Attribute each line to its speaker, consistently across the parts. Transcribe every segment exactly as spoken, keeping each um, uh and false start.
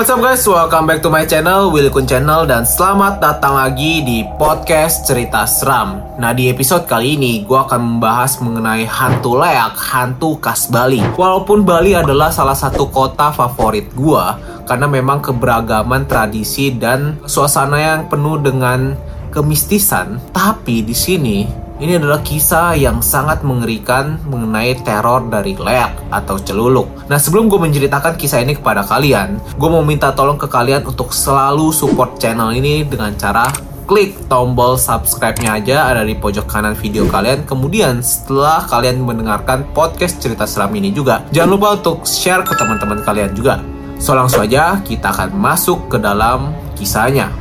Speaker 1: What's up guys, welcome back to my channel, Willy Kun Channel, dan selamat datang lagi di podcast Cerita Seram. Nah, di episode kali ini gue akan membahas mengenai hantu leak, hantu khas Bali. Walaupun Bali adalah salah satu kota favorit gue, karena memang keberagaman tradisi dan suasana yang penuh dengan kemistisan, tapi di sini ini adalah kisah yang sangat mengerikan mengenai teror dari leak atau celuluk. Nah, sebelum gue menceritakan kisah ini kepada kalian, gue mau minta tolong ke kalian untuk selalu support channel ini dengan cara klik tombol subscribe-nya aja, ada di pojok kanan video kalian. Kemudian setelah kalian mendengarkan podcast Cerita Seram ini juga, jangan lupa untuk share ke teman-teman kalian juga. So, langsung aja kita akan masuk ke dalam kisahnya.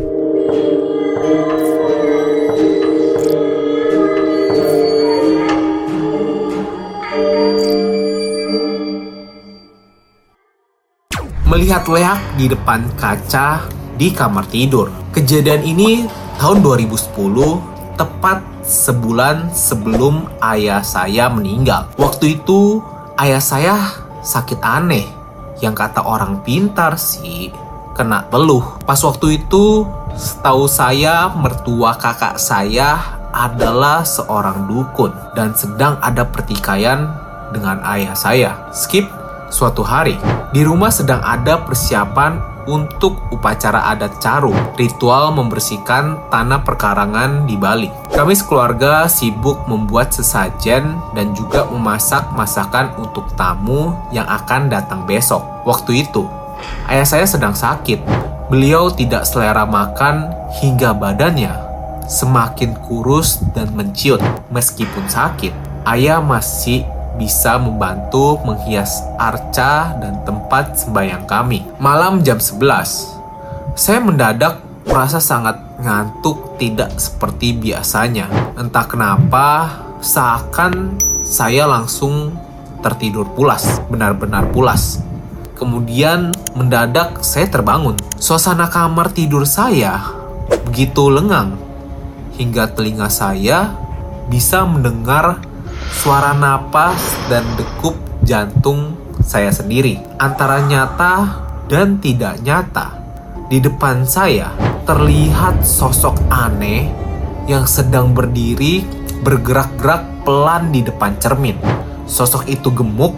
Speaker 1: Melihat leak di depan kaca di kamar tidur. Kejadian ini tahun dua ribu sepuluh, tepat sebulan sebelum ayah saya meninggal. Waktu itu ayah saya sakit aneh, yang kata orang pintar sih kena peluh. Pas waktu itu setahu saya mertua kakak saya adalah seorang dukun dan sedang ada pertikaian dengan ayah saya. Skip. Suatu hari, di rumah sedang ada persiapan untuk upacara adat Caru, ritual membersihkan tanah perkarangan di Bali. Kami sekeluarga sibuk membuat sesajen dan juga memasak masakan untuk tamu yang akan datang besok. Waktu itu, ayah saya sedang sakit. Beliau tidak selera makan hingga badannya semakin kurus dan menciut. Meskipun sakit, ayah masih bisa membantu menghias arca dan tempat sembahyang kami. Malam jam sebelas, saya mendadak merasa sangat ngantuk, tidak seperti biasanya. Entah kenapa, seakan saya langsung tertidur pulas, benar-benar pulas. Kemudian mendadak saya terbangun. Suasana kamar tidur saya begitu lengang, hingga telinga saya bisa mendengar suara napas dan degup jantung saya sendiri. Antara nyata dan tidak nyata, di depan saya terlihat sosok aneh yang sedang berdiri bergerak-gerak pelan di depan cermin. Sosok itu gemuk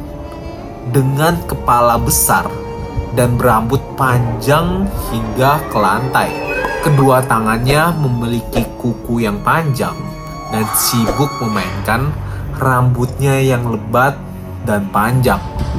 Speaker 1: dengan kepala besar dan berambut panjang hingga ke lantai. Kedua tangannya memiliki kuku yang panjang dan sibuk memainkan rambutnya yang lebat dan panjang.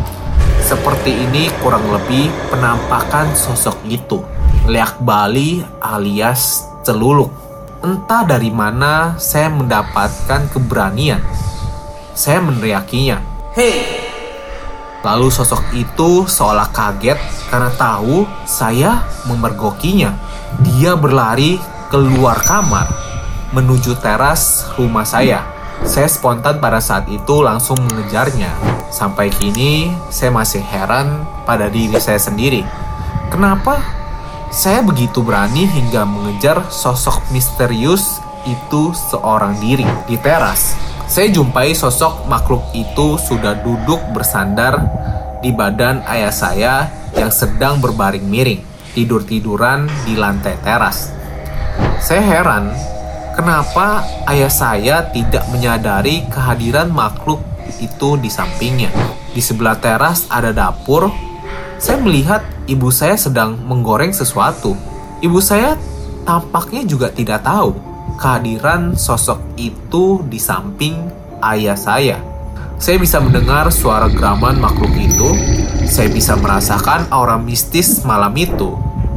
Speaker 1: Seperti ini kurang lebih penampakan sosok itu. Leak Bali alias celuluk. Entah dari mana saya mendapatkan keberanian. Saya meneriakinya, "Hei!" Lalu sosok itu seolah kaget karena tahu saya memergokinya. Dia berlari keluar kamar menuju teras rumah saya. Saya spontan pada saat itu langsung mengejarnya. Sampai kini saya masih heran pada diri saya sendiri. Kenapa saya begitu berani hingga mengejar sosok misterius itu seorang diri di teras. Saya jumpai sosok makhluk itu sudah duduk bersandar di badan ayah saya yang sedang berbaring miring, tidur-tiduran di lantai teras. Saya heran, kenapa ayah saya tidak menyadari kehadiran makhluk itu di sampingnya. Di sebelah teras ada dapur. Saya melihat ibu saya sedang menggoreng sesuatu. Ibu saya tampaknya juga tidak tahu kehadiran sosok itu di samping ayah saya. Saya bisa mendengar suara geraman makhluk itu. Saya bisa merasakan aura mistis malam itu.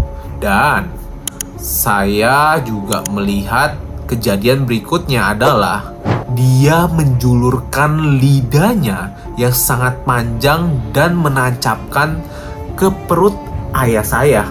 Speaker 1: Dan saya juga melihat kejadian berikutnya adalah dia menjulurkan lidahnya yang sangat panjang dan menancapkan ke perut ayah saya.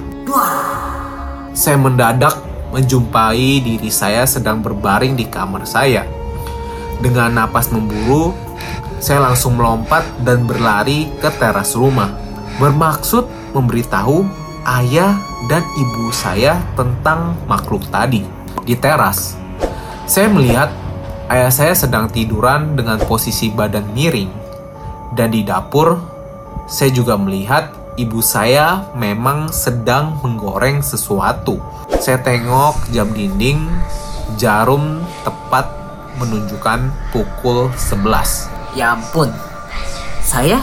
Speaker 1: Saya mendadak menjumpai diri saya sedang berbaring di kamar saya. Dengan napas memburu, saya langsung melompat dan berlari ke teras rumah, bermaksud memberitahu ayah dan ibu saya tentang makhluk tadi. Di teras, saya melihat ayah saya sedang tiduran dengan posisi badan miring. Dan di dapur, saya juga melihat ibu saya memang sedang menggoreng sesuatu. Saya tengok jam dinding, jarum tepat menunjukkan pukul sebelas.
Speaker 2: Ya ampun, saya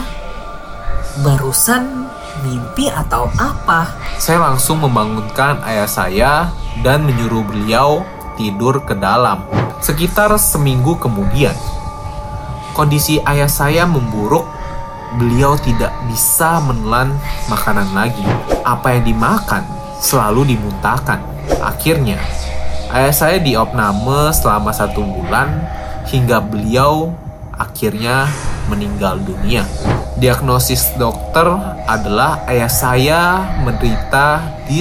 Speaker 2: barusan mimpi atau apa?
Speaker 1: Saya langsung membangunkan ayah saya dan menyuruh beliau tidur ke dalam. Sekitar seminggu kemudian, kondisi ayah saya memburuk. Beliau tidak bisa menelan makanan lagi. Apa yang dimakan selalu dimuntahkan. Akhirnya, ayah saya diopname selama satu bulan hingga beliau akhirnya meninggal dunia. Diagnosis dokter adalah ayah saya menderita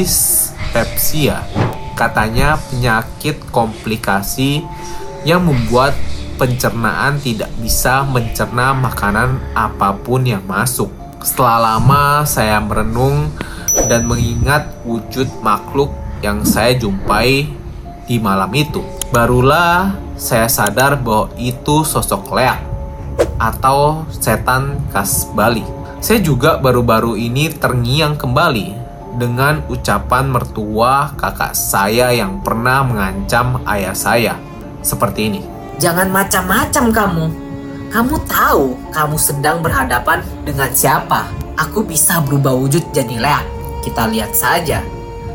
Speaker 1: dispepsia. Katanya penyakit komplikasi yang membuat pencernaan tidak bisa mencerna makanan apapun yang masuk. Setelah lama saya merenung dan mengingat wujud makhluk yang saya jumpai di malam itu, barulah saya sadar bahwa itu sosok leak atau setan khas Bali. Saya juga baru-baru ini terngiang kembali dengan ucapan mertua kakak saya yang pernah mengancam ayah saya seperti ini.
Speaker 2: Jangan macam-macam kamu. Kamu tahu kamu sedang berhadapan dengan siapa. Aku bisa berubah wujud jadi leak. Kita lihat saja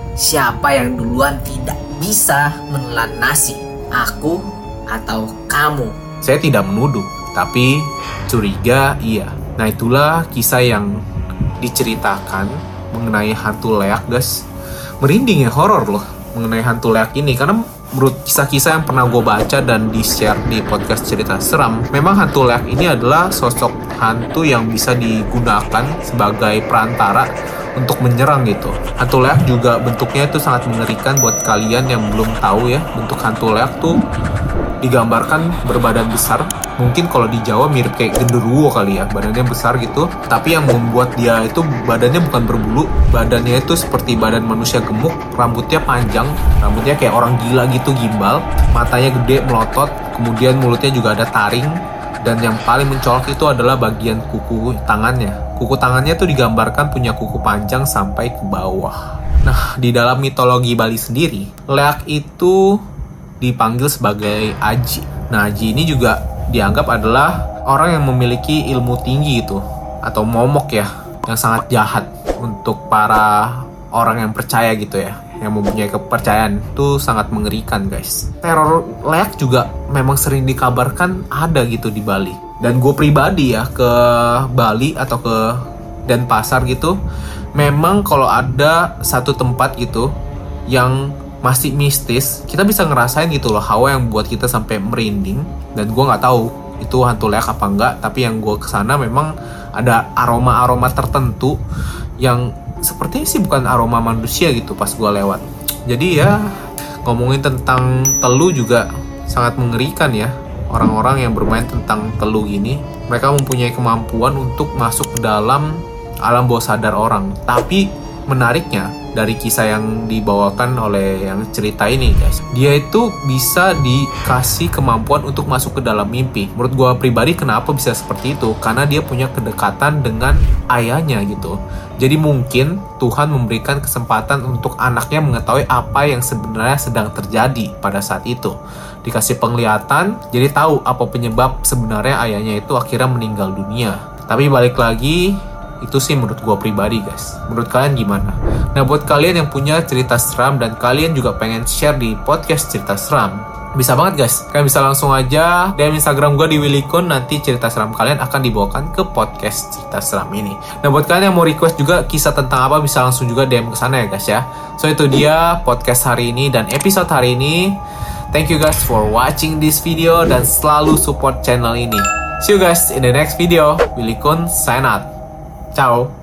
Speaker 2: siapa yang duluan tidak bisa menelan nasi, aku atau kamu.
Speaker 1: Saya tidak menuduh, tapi curiga iya. Nah, itulah kisah yang diceritakan mengenai hantu leak, guys. Merinding ya, horor loh mengenai hantu leak ini, karena menurut kisah-kisah yang pernah gue baca dan di-share di podcast Cerita Seram, memang hantu leak ini adalah sosok hantu yang bisa digunakan sebagai perantara untuk menyerang gitu. Hantu leak juga bentuknya itu sangat mengerikan. Buat kalian yang belum tahu ya, bentuk hantu leak tuh digambarkan berbadan besar. Mungkin kalau di Jawa mirip kayak genderuwo kali ya, badannya besar gitu. Tapi yang membuat dia itu badannya bukan berbulu, badannya itu seperti badan manusia gemuk, rambutnya panjang, rambutnya kayak orang gila gitu, gimbal, matanya gede melotot, kemudian mulutnya juga ada taring, dan yang paling mencolok itu adalah bagian kuku tangannya. Kuku tangannya tuh digambarkan punya kuku panjang sampai ke bawah. Nah, di dalam mitologi Bali sendiri, leak itu dipanggil sebagai aji. Nah, aji ini juga dianggap adalah orang yang memiliki ilmu tinggi itu, atau momok ya, yang sangat jahat untuk para orang yang percaya gitu ya, yang mempunyai kepercayaan. Itu sangat mengerikan, guys. Teror leak juga memang sering dikabarkan ada gitu di Bali. Dan gue pribadi ya ke Bali atau ke Denpasar gitu, memang kalau ada satu tempat gitu yang masih mistis, kita bisa ngerasain gitu loh hawa yang buat kita sampai merinding. Dan gue nggak tahu itu hantu leak apa enggak, tapi yang gue kesana memang ada aroma-aroma tertentu yang sepertinya sih bukan aroma manusia gitu pas gue lewat. Jadi ya, ngomongin tentang telu juga sangat mengerikan ya. Orang-orang yang bermain tentang telu ini, mereka mempunyai kemampuan untuk masuk ke dalam alam bawah sadar orang. Tapi menariknya dari kisah yang dibawakan oleh yang cerita ini, guys, dia itu bisa dikasih kemampuan untuk masuk ke dalam mimpi. Menurut gue pribadi, kenapa bisa seperti itu? Karena dia punya kedekatan dengan ayahnya gitu. Jadi mungkin Tuhan memberikan kesempatan untuk anaknya mengetahui apa yang sebenarnya sedang terjadi pada saat itu. Dikasih penglihatan, jadi tahu apa penyebab sebenarnya ayahnya itu akhirnya meninggal dunia. Tapi balik lagi, itu sih menurut gue pribadi, guys. Menurut kalian gimana? Nah, buat kalian yang punya cerita seram dan kalian juga pengen share di podcast Cerita Seram, bisa banget, guys. Kalian bisa langsung aja D M Instagram gue di Willycon. Nanti cerita seram kalian akan dibawakan ke podcast Cerita Seram ini. Nah, buat kalian yang mau request juga kisah tentang apa, bisa langsung juga D M ke sana ya, guys ya. So, itu dia podcast hari ini dan episode hari ini. Thank you guys for watching this video dan selalu support channel ini. See you guys in the next video. Willycon sign out. Ciao.